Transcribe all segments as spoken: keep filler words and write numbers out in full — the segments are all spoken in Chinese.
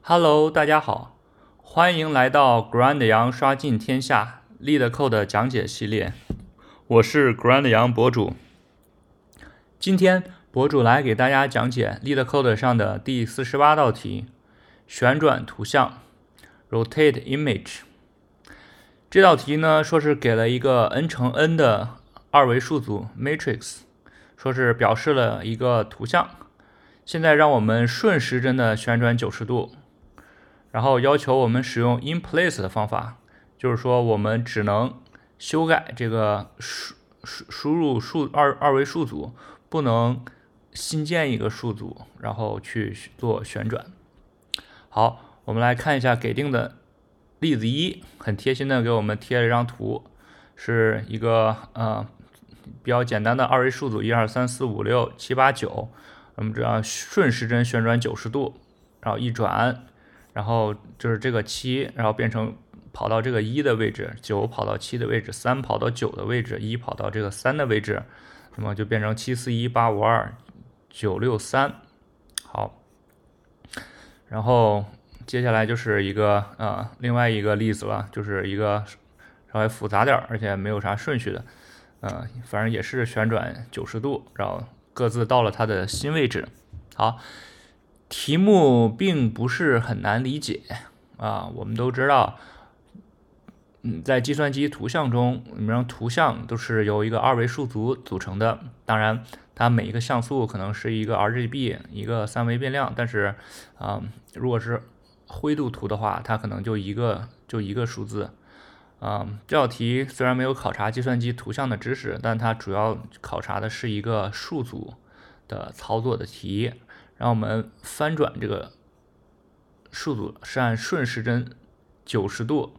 Hello，大家好，欢迎来到 Grand 羊刷尽天下 LeetCode 讲解系列，我是 Grand 羊博主。今天博主来给大家讲解 LeetCode 上的第四十八道题，旋转图像 Rotate Image。这道题呢，说是给了一个 n 乘 n 的二维数组 matrix， 说是表示了一个图像。现在让我们顺时针的旋转九十度。然后要求我们使用 inPlace 的方法，就是说我们只能修改这个输输输入数二二维数组，不能新建一个数组，然后去做旋转。好，我们来看一下给定的例子一，很贴心的给我们贴了一张图，是一个呃比较简单的二维数组，一二三四五六七八九，我们这样顺时针旋转九十度，然后一转。然后就是这个七，然后变成跑到这个一的位置，九跑到七的位置，三跑到九的位置，一跑到这个三的位置，那么就变成七四一八五二九六三。好，然后接下来就是一个呃另外一个例子了，就是一个稍微复杂点，而且没有啥顺序的，呃，反正也是旋转九十度，然后各自到了它的新位置。好。题目并不是很难理解啊，我们都知道，嗯，在计算机图像中，我们让图像都是由一个二维数组组成的。当然，它每一个像素可能是一个 R G B， 一个三维变量，但是啊，如果是灰度图的话，它可能就一个就一个数字。啊，这道题虽然没有考察计算机图像的知识，但它主要考察的是一个数组的操作的题。让我们翻转这个数组是按顺时针九十度，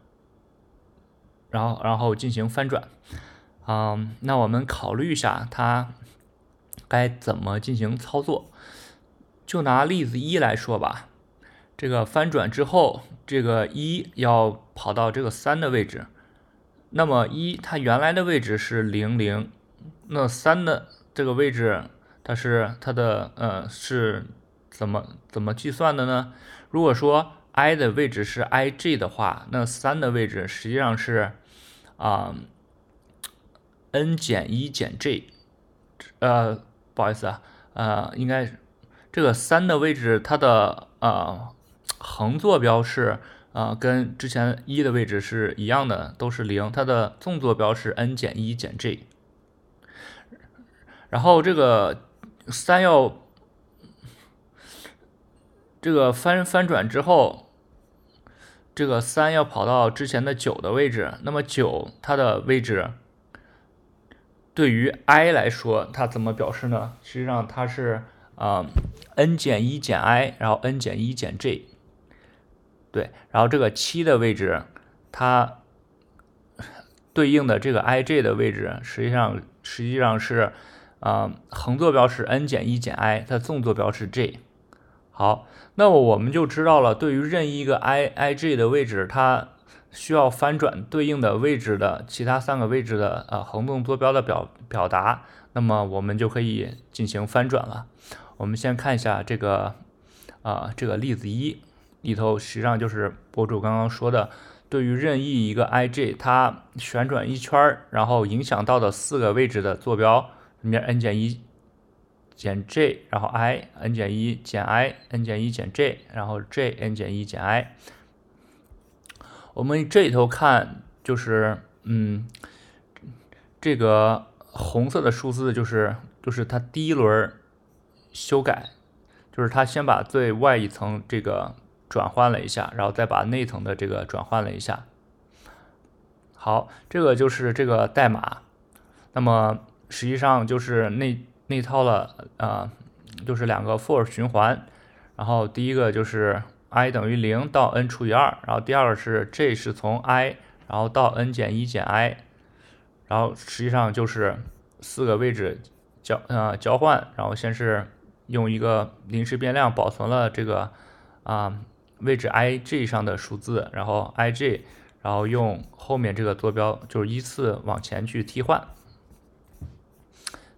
然后然后进行翻转。嗯，那我们考虑一下它该怎么进行操作。就拿例子一来说吧，这个翻转之后，这个一要跑到这个三的位置，那么一它原来的位置是零零，那三的这个位置。它是它的呃是怎么怎么计算的呢？如果说 i 的位置是 ij 的话，那三的位置实际上是啊、呃、n 减一减 j， 呃不好意思啊，呃应该这个三的位置它的呃横坐标是呃跟之前一的位置是一样的，都是零，它的纵坐标是 n 减一减 j， 然后这个。三要这个翻翻转之后，这个三要跑到之前的九的位置，那么九它的位置对于 i 来说，它怎么表示呢？实际上它是啊、呃、n 减一减 i， 然后 n 减一减 j， 对，然后这个七的位置，它对应的这个 ij 的位置，实际上实际上是。啊、呃，横坐标是 n 减一减 i， 它纵坐标是 j。好，那么我们就知道了，对于任意一个 i ij 的位置，它需要翻转对应的位置的其他三个位置的呃横纵坐标的表表达，那么我们就可以进行翻转了。我们先看一下这个啊、呃、这个例子一里头，实际上就是博主刚刚说的。对于任意一个 ij， 它旋转一圈，然后影响到的四个位置的坐标。里面 n 减一减 j， 然后 i n 减一减 i n 减一减 j， 然后 j n 减一减 i。我们这里头看就是嗯，这个红色的数字就是就是它第一轮修改，就是它先把最外一层这个转换了一下，然后再把内层的这个转换了一下。好，这个就是这个代码。那么实际上就是内内套了啊、呃，就是两个 for 循环，然后第一个就是 i 等于零到 n 除以二，然后第二个是 j 是从 i 然后到 n 减一减 i， 然后实际上就是四个位置交呃交换，然后先是用一个临时变量保存了这个啊、呃、位置 ij 上的数字，然后 ij， 然后用后面这个坐标就是依次往前去替换。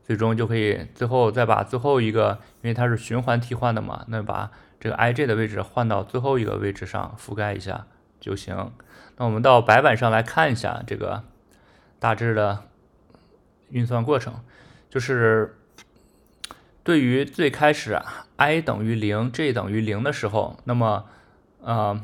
最终就可以最后再把最后一个，因为它是循环替换的嘛，那把这个 ij 的位置换到最后一个位置上覆盖一下就行。那我们到白板上来看一下这个大致的运算过程，就是对于最开始、啊、i 等于零 j 等于零的时候，那么呃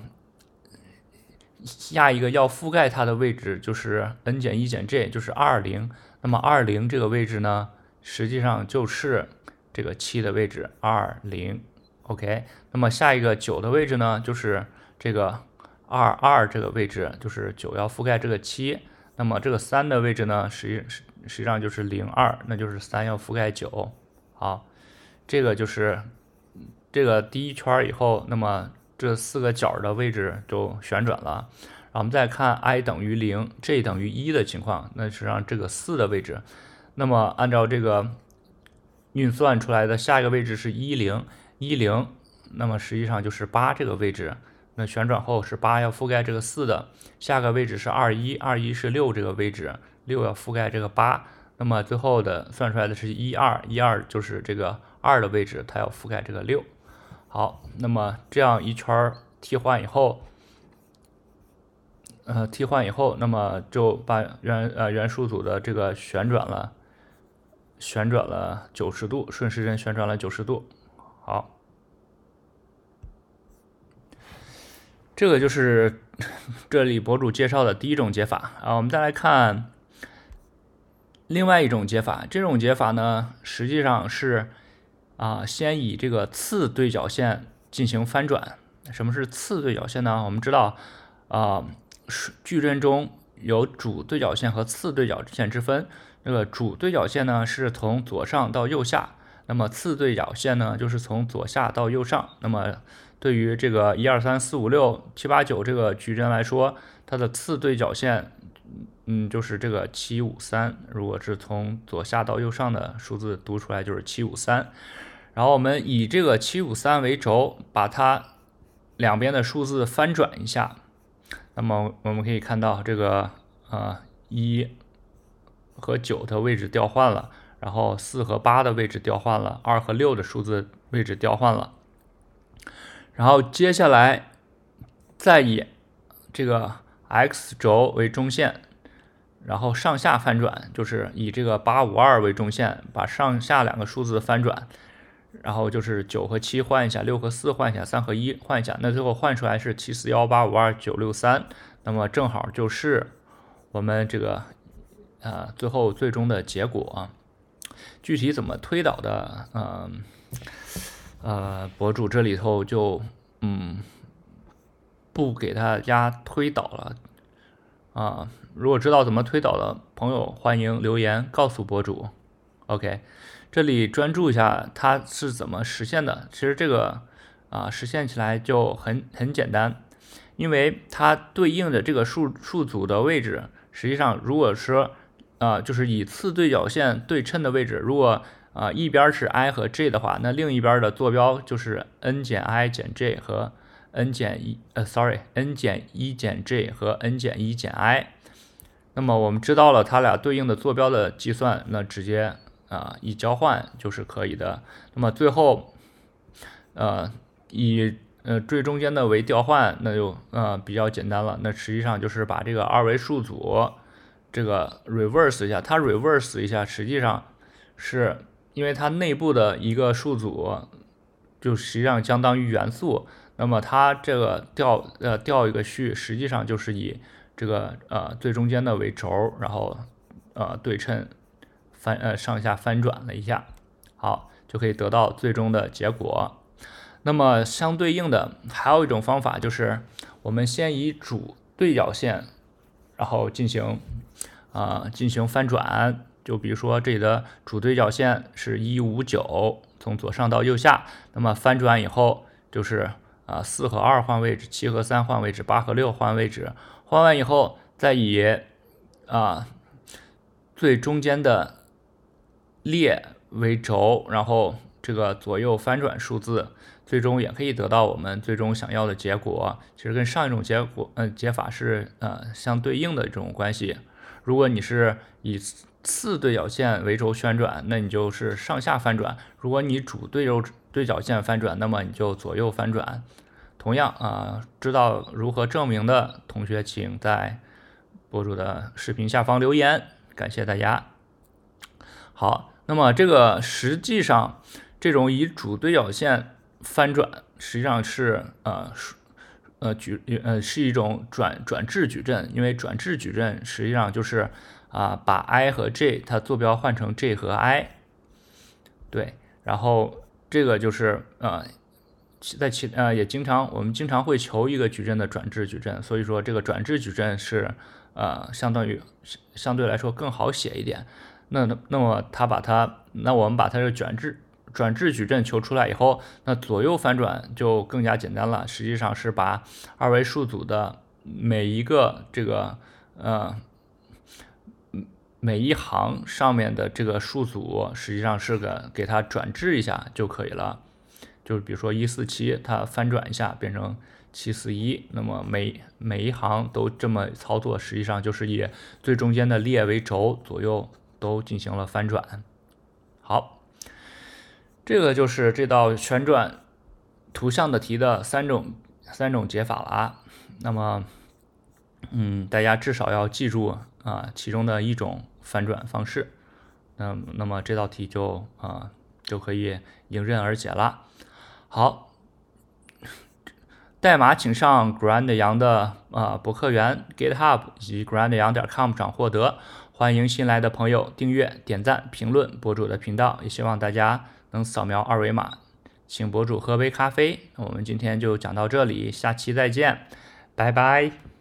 下一个要覆盖它的位置就是 n 减一减 j， 就是二零。那么二零这个位置呢，实际上就是这个七的位置二零。OK， 那么下一个九的位置呢，就是这个二二这个位置，就是九要覆盖这个七。那么这个三的位置呢，实际实际上就是零二，那就是三要覆盖九。好，这个就是这个第一圈以后，那么这四个角的位置就旋转了。然后我们再看 i 等于零 j 等于一的情况，那实际上这个四的位置，那么按照这个运算出来的下一个位置是一零一零，那么实际上就是八这个位置，那旋转后是八要覆盖这个四的，下个位置是二一，二一是六这个位置，六要覆盖这个八，那么最后的算出来的是一二，一二就是这个二的位置，它要覆盖这个六。好，那么这样一圈替换以后，呃，替换以后，那么就把原呃原数组的这个旋转了，旋转了九十度，顺时针旋转了九十度。好，这个就是这里博主介绍的第一种解法啊。我们再来看另外一种解法，这种解法呢，实际上是啊，先以这个次对角线进行翻转。什么是次对角线呢？我们知道啊。矩阵中有主对角线和次对角线之分。这个主对角线呢是从左上到右下，那么次对角线呢就是从左下到右上。那么对于这个一二三四五六七八九这个矩阵来说，它的次对角线，嗯，就是这个七五三。如果是从左下到右上的数字读出来就是七五三。然后我们以这个七五三为轴，把它两边的数字翻转一下。那么我们可以看到这个呃一和九的位置调换了，然后四和八的位置调换了，二和六的数字位置调换了。然后接下来再以这个 x 轴为中线，然后上下翻转，就是以这个八五二为中线，把上下两个数字翻转。然后就是九和七换一下，六和四换一下，三和一换一下，那最后换出来是七四一八五二九六三，那么正好就是我们这个呃最后最终的结果。具体怎么推导的，呃呃，博主这里头就嗯不给大家推导了啊。如果知道怎么推导的朋友，欢迎留言告诉博主。OK。这里专注一下它是怎么实现的。其实这个啊实现起来就很很简单，因为它对应的这个数数组的位置，实际上如果说啊就是以次对角线对称的位置，如果啊一边是 i 和 j 的话，那另一边的坐标就是 n 减 i 减 j 和 n 减一呃 sorry n 减一减 j 和 n 减一减 i。那么我们知道了它俩对应的坐标的计算，那直接啊，一交换就是可以的。那么最后，呃，以呃最中间的为调换，那就呃比较简单了。那实际上就是把这个二维数组这个 reverse 一下，它 reverse 一下，实际上是因为它内部的一个数组就实际上相当于元素，那么它这个调呃调一个序，实际上就是以这个呃最中间的为轴，然后呃对称。翻呃上下翻转了一下，好，就可以得到最终的结果。那么相对应的还有一种方法，就是我们先以主对角线，然后进行啊、呃、进行翻转。就比如说这里的主对角线是一五九，从左上到右下，那么翻转以后就是啊四和二换位置，七和三换位置，八和六换位置，换完以后再以啊最中间的列为轴，然后这个左右翻转数字，最终也可以得到我们最终想要的结果。其实跟上一种结果呃解法是呃相对应的这种关系。如果你是以次对角线为轴旋转，那你就是上下翻转；如果你主对轴对角线翻转，那么你就左右翻转。同样啊，知道如何证明的同学，请在博主的视频下方留言，感谢大家。好，那么这个实际上这种以主对角线翻转，实际上是呃呃矩呃是一种转转置矩阵，因为转置矩阵实际上就是啊、呃、把 i 和 j 它坐标换成 j 和 i， 对，然后这个就是呃在其呃也经常我们经常会求一个矩阵的转置矩阵，所以说这个转置矩阵是呃相当于相对来说更好写一点。那那么它把它那我们把它的转置转置矩阵求出来以后，那左右翻转就更加简单了。实际上是把二维数组的每一个这个呃每一行上面的这个数组，实际上是个给它转置一下就可以了。就是比如说一四七，它翻转一下变成七四一，那么每每一行都这么操作，实际上就是以最中间的列为轴，左右都进行了翻转。好。这个就是这道旋转图像的题的三种三种解法了啊。那么，嗯，大家至少要记住啊其中的一种翻转方式。那那么这道题就啊就可以迎刃而解了。好，代码请上 Grand 杨的啊博客园 GitHub 以及 grand 杨点 com 上获得。欢迎新来的朋友订阅、点赞、评论博主的频道，也希望大家能扫描二维码，请博主喝杯咖啡。我们今天就讲到这里，下期再见，拜拜。